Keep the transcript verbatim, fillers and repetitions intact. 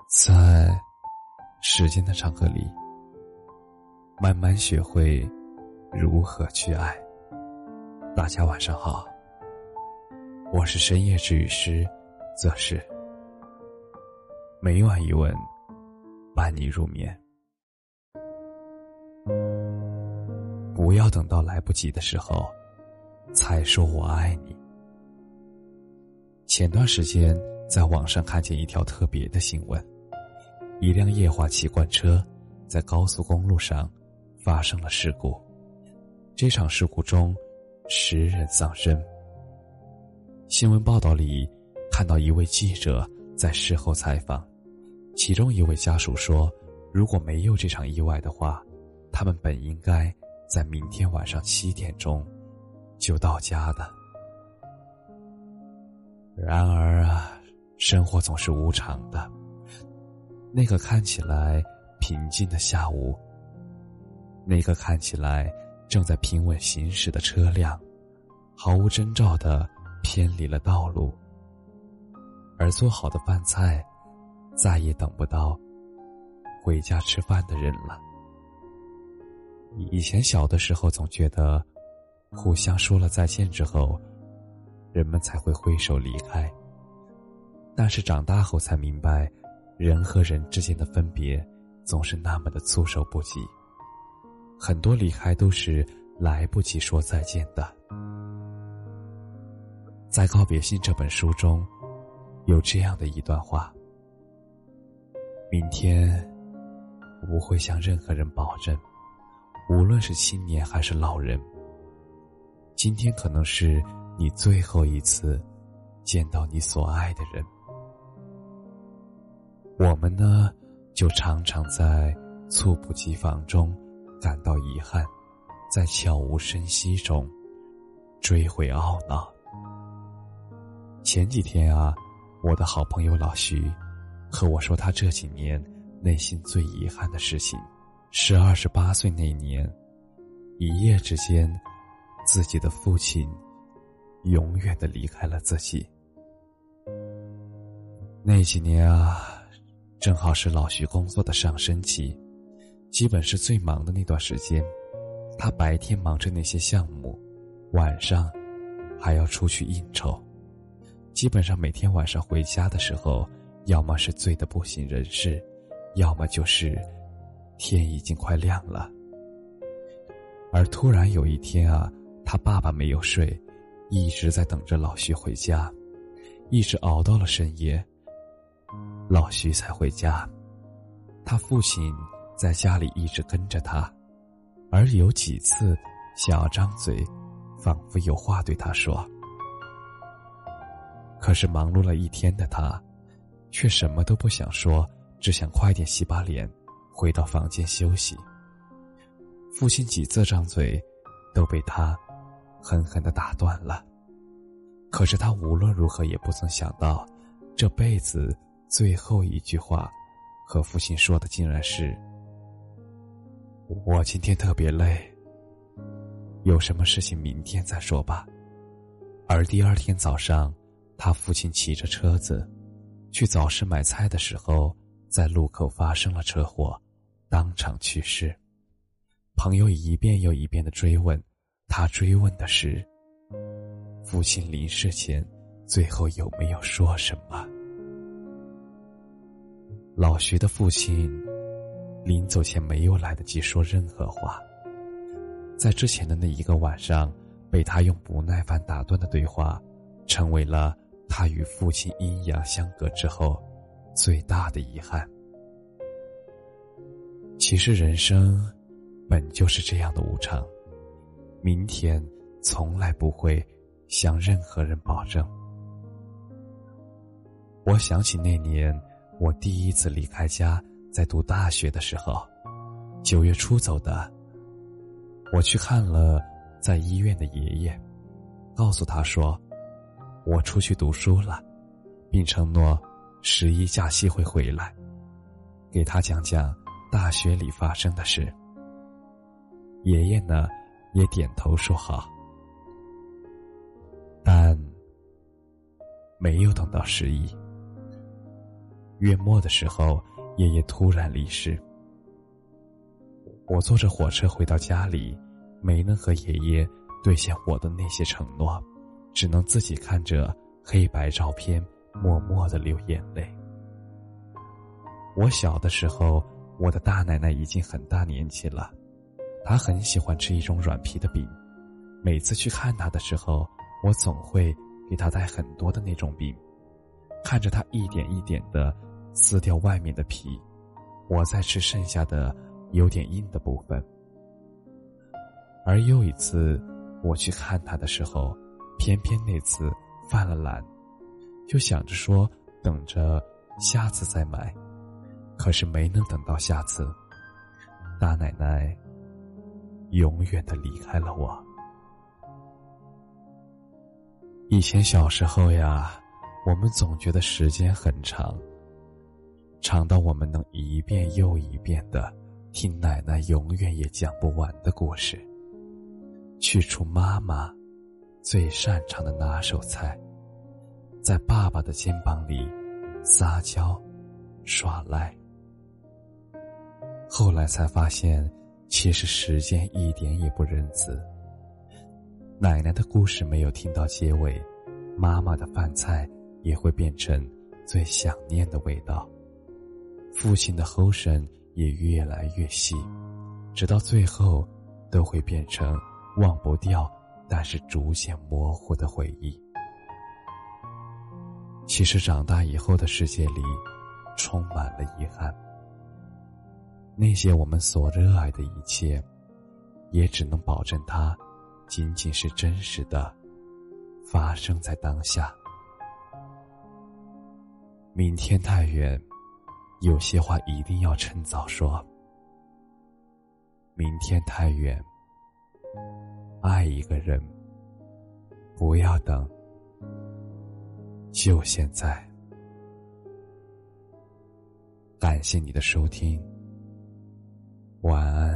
在时间的长河里，慢慢学会如何去爱。大家晚上好，我是深夜治愈师则是每晚一问，伴你入眠。不要等到来不及的时候才说我爱你。前段时间在网上看见一条特别的新闻，一辆液化气罐车在高速公路上发生了事故。这场事故中十人丧生。新闻报道里看到一位记者在事后采访，其中一位家属说，如果没有这场意外的话，他们本应该在明天晚上七点钟就到家的。然而啊，生活总是无常的。那个看起来平静的下午，那个看起来正在平稳行驶的车辆，毫无征兆地偏离了道路，而做好的饭菜再也等不到回家吃饭的人了。以前小的时候总觉得互相说了再见之后，人们才会挥手离开，但是长大后才明白，人和人之间的分别总是那么的措手不及，很多离开都是来不及说再见的。在《告别信》这本书中有这样的一段话：明天不会向任何人保证，无论是青年还是老人，今天可能是你最后一次见到你所爱的人。我们呢，就常常在猝不及防中感到遗憾，在悄无声息中追悔懊恼。前几天啊，我的好朋友老徐和我说，他这几年内心最遗憾的事情是二十八岁那年，一夜之间自己的父亲永远地离开了自己。那几年啊，正好是老徐工作的上升期，基本是最忙的那段时间。他白天忙着那些项目，晚上还要出去应酬，基本上每天晚上回家的时候，要么是醉得不省人事，要么就是天已经快亮了。而突然有一天啊，他爸爸没有睡，一直在等着老徐回家，一直熬到了深夜，老徐才回家。他父亲在家里一直跟着他，而有几次想要张嘴，仿佛有话对他说。可是忙碌了一天的他却什么都不想说，只想快点洗把脸，回到房间休息。父亲几次张嘴都被他狠狠地打断了。可是他无论如何也不曾想到，这辈子最后一句话和父亲说的竟然是：我今天特别累，有什么事情明天再说吧。而第二天早上，他父亲骑着车子去早市买菜的时候，在路口发生了车祸，当场去世。朋友一遍又一遍地追问，他追问的是父亲临逝前最后有没有说什么。老徐的父亲临走前没有来得及说任何话，在之前的那一个晚上，被他用不耐烦打断的对话，成为了他与父亲阴阳相隔之后最大的遗憾。其实人生本就是这样的无常，明天从来不会向任何人保证。我想起那年我第一次离开家，在读大学的时候，九月初走的。我去看了在医院的爷爷，告诉他说我出去读书了，并承诺十一假期会回来，给他讲讲大学里发生的事。爷爷呢也点头说好，但没有等到十一。 月末的时候，爷爷突然离世。我坐着火车回到家里，没能和爷爷兑现我的那些承诺，只能自己看着黑白照片，默默地流眼泪。我小的时候，我的大奶奶已经很大年纪了，她很喜欢吃一种软皮的饼，每次去看她的时候，我总会给她带很多的那种饼，看着她一点一点地撕掉外面的皮，我再吃剩下的有点硬的部分。而又一次我去看她的时候，偏偏那次犯了懒，就想着说等着下次再买，可是没能等到下次，大奶奶永远地离开了我。以前小时候呀，我们总觉得时间很长，长到我们能一遍又一遍地听奶奶永远也讲不完的故事，去除妈妈最擅长的拿手菜，在爸爸的肩膀里撒娇耍赖。后来才发现，其实时间一点也不仁慈。奶奶的故事没有听到结尾，妈妈的饭菜也会变成最想念的味道，父亲的齁声也越来越细，直到最后都会变成忘不掉但是逐渐模糊的回忆。其实长大以后的世界里充满了遗憾，那些我们所热爱的一切，也只能保证它仅仅是真实的发生在当下。明天太远，有些话一定要趁早说。明天太远，爱一个人不要等，就现在。感谢你的收听，晚安。